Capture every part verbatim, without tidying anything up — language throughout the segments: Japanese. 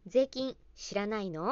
税金知らないの？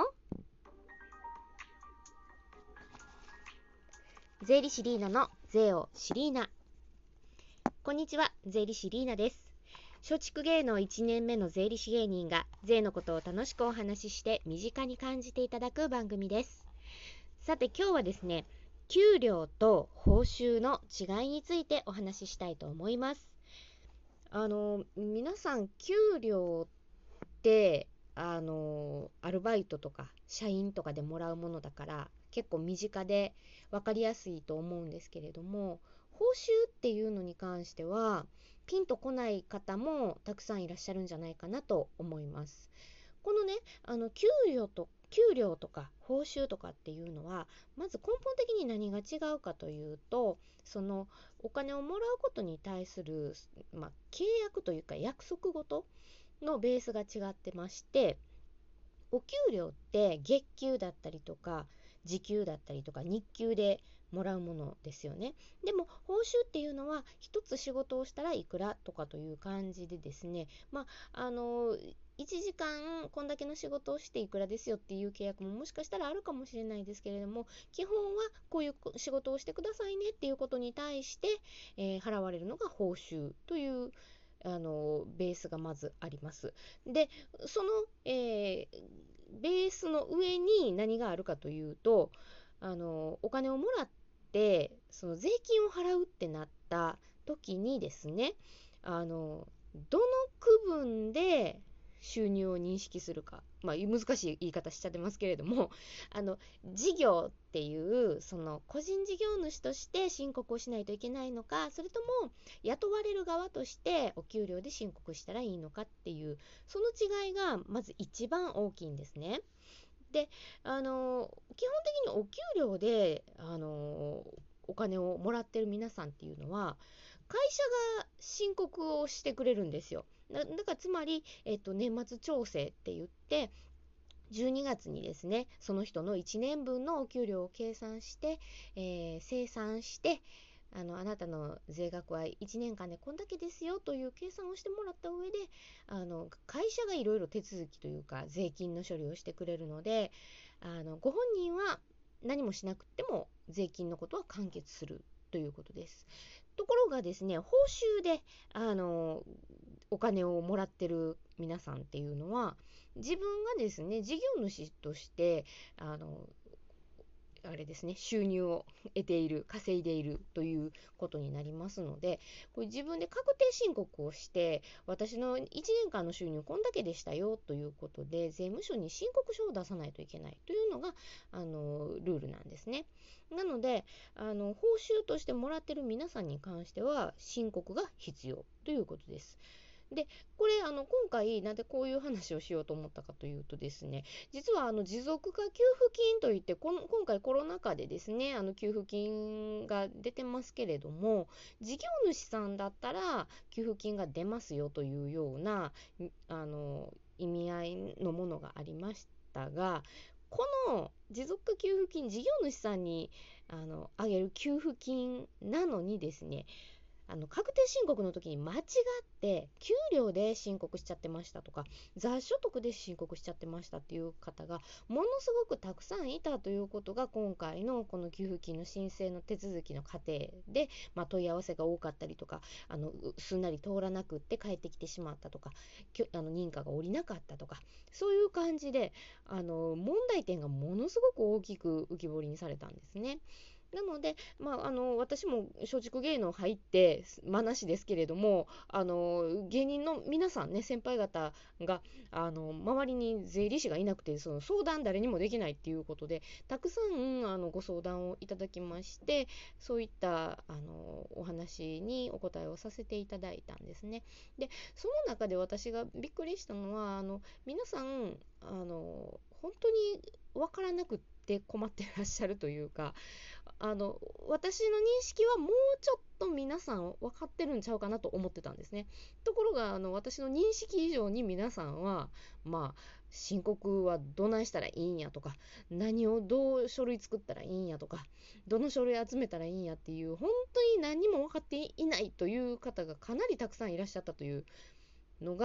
税理士リーナの税をシリーナ。こんにちは、税理士リーナです。松竹芸能いちねんめの税理士芸人が税のことを楽しくお話しして身近に感じていただく番組です。さて今日はですね、給料と報酬の違いについてお話ししたいと思います。あの皆さん、給料ってあのアルバイトとか社員とかでもらうものだから結構身近で分かりやすいと思うんですけれども、報酬っていうのに関してはピンとこない方もたくさんいらっしゃるんじゃないかなと思います。このね、あの給料と給料とか報酬とかっていうのは、まず根本的に何が違うかというと、そのお金をもらうことに対する、まあ、契約というか約束事のベースが違ってまして、お給料って月給だったりとか時給だったりとか日給でもらうものですよね。でも報酬っていうのは一つ仕事をしたらいくらとかという感じでですね、まああのいちじかんこんだけの仕事をしていくらですよっていう契約ももしかしたらあるかもしれないですけれども、基本はこういう仕事をしてくださいねっていうことに対して、えー払われるのが報酬というあのベースがまずあります。でその、えーベースの上に何があるかというと、あのお金をもらってその税金を払うってなった時にですね、あのどの区分で収入を認識するか、まあ、難しい言い方しちゃってますけれども、あの事業っていうその個人事業主として申告をしないといけないのか、それとも雇われる側としてお給料で申告したらいいのかっていう、その違いがまず一番大きいんですね。で、あの基本的にお給料であのお金をもらってる皆さんっていうのは、会社が申告をしてくれるんですよ。だだからつまり、えっと、年末調整って言って、じゅうにがつにですね、その人のいちねんぶんのお給料を計算して、えー、精算して、あのあなたの税額はいちねんかんでこんだけですよという計算をしてもらった上で、あの会社がいろいろ手続きというか税金の処理をしてくれるので、あのご本人は何もしなくても税金のことは完結するということです。ところがですね、報酬であのお金をもらってる皆さんっていうのは、自分がですね事業主としてあのあれですね、収入を得ている、稼いでいるということになりますので、これ自分で確定申告をして、私のいちねんかんの収入こんだけでしたよということで、税務署に申告書を出さないといけないというのがあのルールなんですね。なので、あの報酬としてもらってる皆さんに関しては申告が必要ということです。で、これあの今回なんでこういう話をしようと思ったかというとですね、実はあの持続化給付金といって、この今回コロナ禍でですね、あの給付金が出てますけれども、事業主さんだったら給付金が出ますよというようなあの意味合いのものがありましたが、この持続化給付金、事業主さんにあのあげる給付金なのにですね、あの確定申告の時に間違って給料で申告しちゃってましたとか、雑所得で申告しちゃってましたっていう方がものすごくたくさんいたということが、今回のこの給付金の申請の手続きの過程で、まあ、問い合わせが多かったりとか、あのすんなり通らなくって帰ってきてしまったとか、あの認可が下りなかったとか、そういう感じであの問題点がものすごく大きく浮き彫りにされたんですね。なので、まあ、あの私も松竹芸能入ってまなしですけれども、あの芸人の皆さんね、先輩方があの周りに税理士がいなくて、その相談誰にもできないっていうことで、たくさんあのご相談をいただきまして、そういったあのお話にお答えをさせていただいたんですね。でその中で私がびっくりしたのは、あの皆さんあの本当に分からなくって困ってらっしゃるというか、あの私の認識はもうちょっと皆さん分かってるんちゃうかなと思ってたんですね。ところがあの私の認識以上に皆さんは、まあ申告はどないしたらいいんやとか、何をどう書類作ったらいいんやとか、どの書類集めたらいいんやっていう、本当に何も分かっていないという方がかなりたくさんいらっしゃったというのが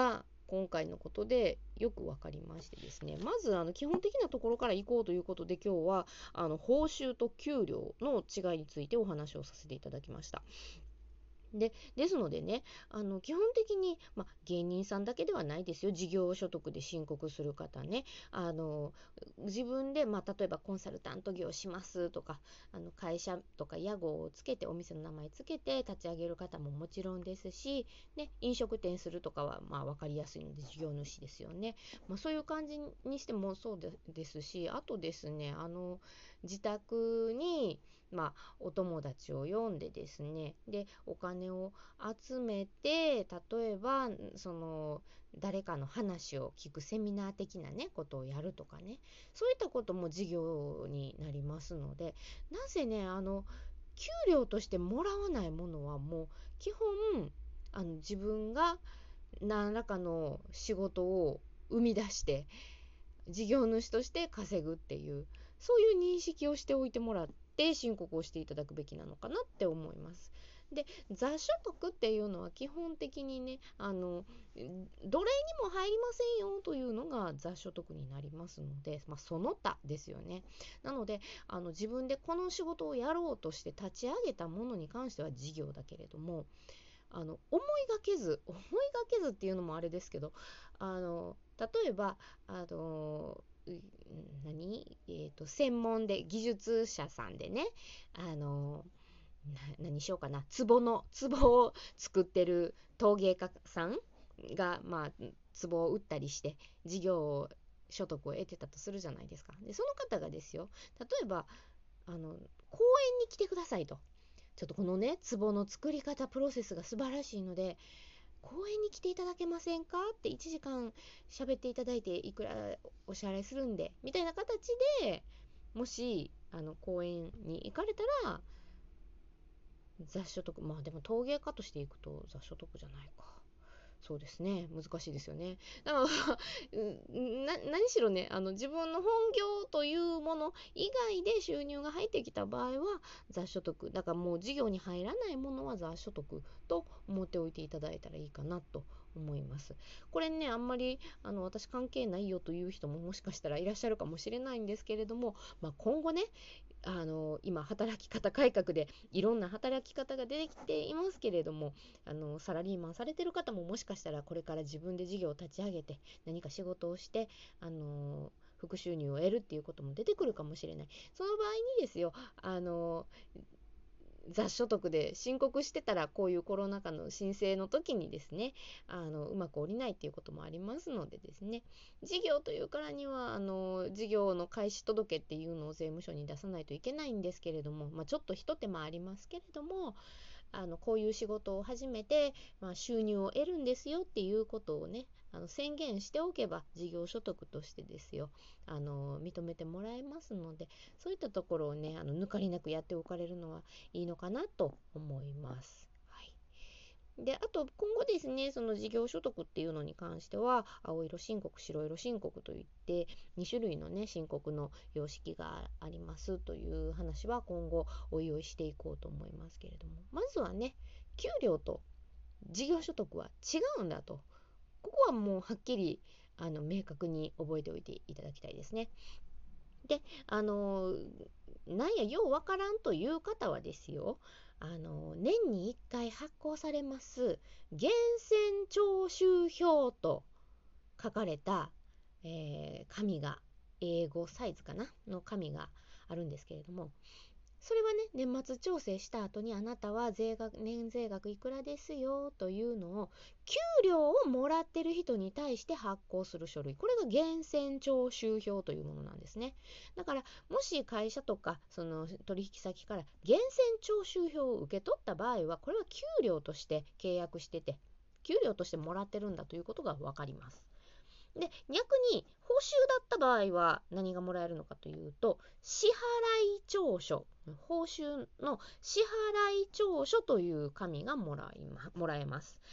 今回のことでよく分かりましてですね、まずあの基本的なところからいこうということで、今日はあの報酬と給料の違いについてお話をさせていただきました。でですのでね、あの基本的に、ま、芸人さんだけではないですよ。事業所得で申告する方ね、あの自分で、まあ、例えばコンサルタント業しますとか、あの会社とか屋号をつけてお店の名前つけて立ち上げる方ももちろんですし、ね、飲食店するとかはまあ分かりやすいので事業主ですよね。まあ、そういう感じにしてもそうでですし、あとですね、あの自宅にまあ、お友達を呼んでですね、でお金を集めて、例えばその誰かの話を聞くセミナー的なねことをやるとかね、そういったことも事業になりますので、なぜね、あの給料としてもらわないものはもう基本あの自分が何らかの仕事を生み出して事業主として稼ぐっていう、そういう認識をしておいてもらって申告をしていただくべきなのかなって思います。で、雑所得っていうのは基本的にね、あの奴隷にも入りませんよというのが雑所得になりますので、まあ、その他ですよね。なのであの自分でこの仕事をやろうとして立ち上げたものに関しては事業だけれども、あの思いがけず思いがけずっていうのもあれですけど、あの例えばあの何、えーと、専門で技術者さんでね、あのな何しようかな、壺の壺を作ってる陶芸家さんが、まあ、壺を売ったりして事業所得を得てたとするじゃないですか。でその方がですよ、例えばあの講演に来てくださいと、ちょっとこのね壺の作り方プロセスが素晴らしいので講演に来ていただけませんかって、いちじかん喋っていただいていくらお支払いするんでみたいな形で、もしあの講演に行かれたら雑所得、まあでも陶芸家としていくと雑所得じゃないか。そうですね、難しいですよね。だからな何しろね、あの自分の本業というもの以外で収入が入ってきた場合は雑所得だから、もう事業に入らないものは雑所得と思っておいていただいたらいいかなと思います。これね、あんまりあの私関係ないよという人ももしかしたらいらっしゃるかもしれないんですけれども、まあ、今後ね、あの今働き方改革でいろんな働き方が出てきていますけれども、あのサラリーマンされてる方ももしかしたらこれから自分で事業を立ち上げて何か仕事をしてあの副収入を得るっていうことも出てくるかもしれない。その場合にですよ、あの雑所得で申告してたら、こういうコロナ禍の申請の時にですね、あのうまく降りないっていうこともありますのでですね、事業というからにはあの事業の開始届っていうのを税務署に出さないといけないんですけれども、まあ、ちょっとひと手間ありますけれども、あのこういう仕事を始めて、まあ、収入を得るんですよっていうことをね、あの宣言しておけば事業所得としてですよ、あの認めてもらえますので、そういったところをね、あの抜かりなくやっておかれるのはいいのかなと思います。はい。で、あと今後ですね、その事業所得っていうのに関しては、青色申告、白色申告といってに種類のね申告の様式がありますという話は今後おいおいしていこうと思いますけれども、まずはね、給料と事業所得は違うんだと、ここはもうはっきりあの明確に覚えておいていただきたいですね。で、あのなんやようわからんという方はですよ、あの年にいっかい発行されます源泉徴収票と書かれた、えー紙が、英語サイズかなの紙があるんですけれども、それはね、年末調整した後にあなたは税額年税額いくらですよというのを給料をもらってる人に対して発行する書類、これが源泉徴収票というものなんですね。だからもし会社とかその取引先から源泉徴収票を受け取った場合は、これは給料として契約してて給料としてもらってるんだということが分かります。で、逆に報酬だった場合は何がもらえるのかというと、支払い調書、報酬の支払い調書という紙がもらいま、もらえます。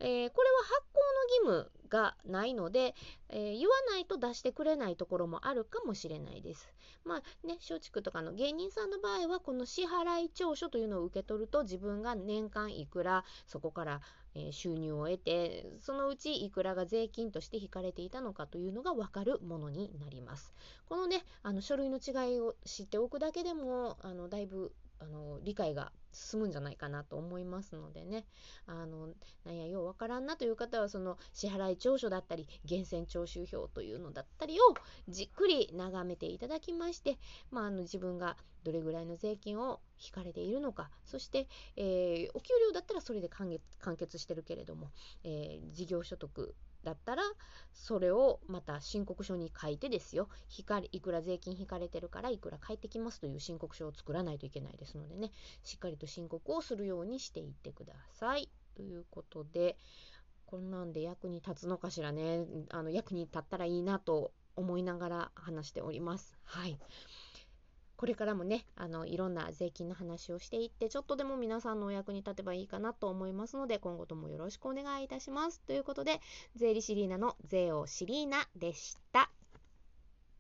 えーこれは発行の義務がないので、えー言わないと出してくれないところもあるかもしれないです。まあね、松竹とかの芸人さんの場合はこの支払い調書というのを受け取ると、自分が年間いくらそこから、えー収入を得て、そのうちいくらが税金として引かれていたのかというのが分かるものになります。このね、あの書類の違いを知っておくだけでも、あのだいぶあの理解が進むんじゃないかなと思いますのでね、あのなんやようわからんなという方は、その支払い調書だったり源泉徴収票というのだったりをじっくり眺めていただきまして、まあ、あの自分がどれぐらいの税金を引かれているのか、そして、えーお給料だったらそれで完結完結してるけれども、えー事業所得だったらそれをまた申告書に書いてですよ、引かれいくら税金引かれてるからいくら返ってきますという申告書を作らないといけないですのでね、しっかりと申告をするようにしていってくださいということで、こんなんで役に立つのかしらね。あの役に立ったらいいなと思いながら話しております。はい。これからもね、あのいろんな税金の話をしていって、ちょっとでも皆さんのお役に立てばいいかなと思いますので、今後ともよろしくお願いいたします。ということで、税理士リーナの税をシリーナでした。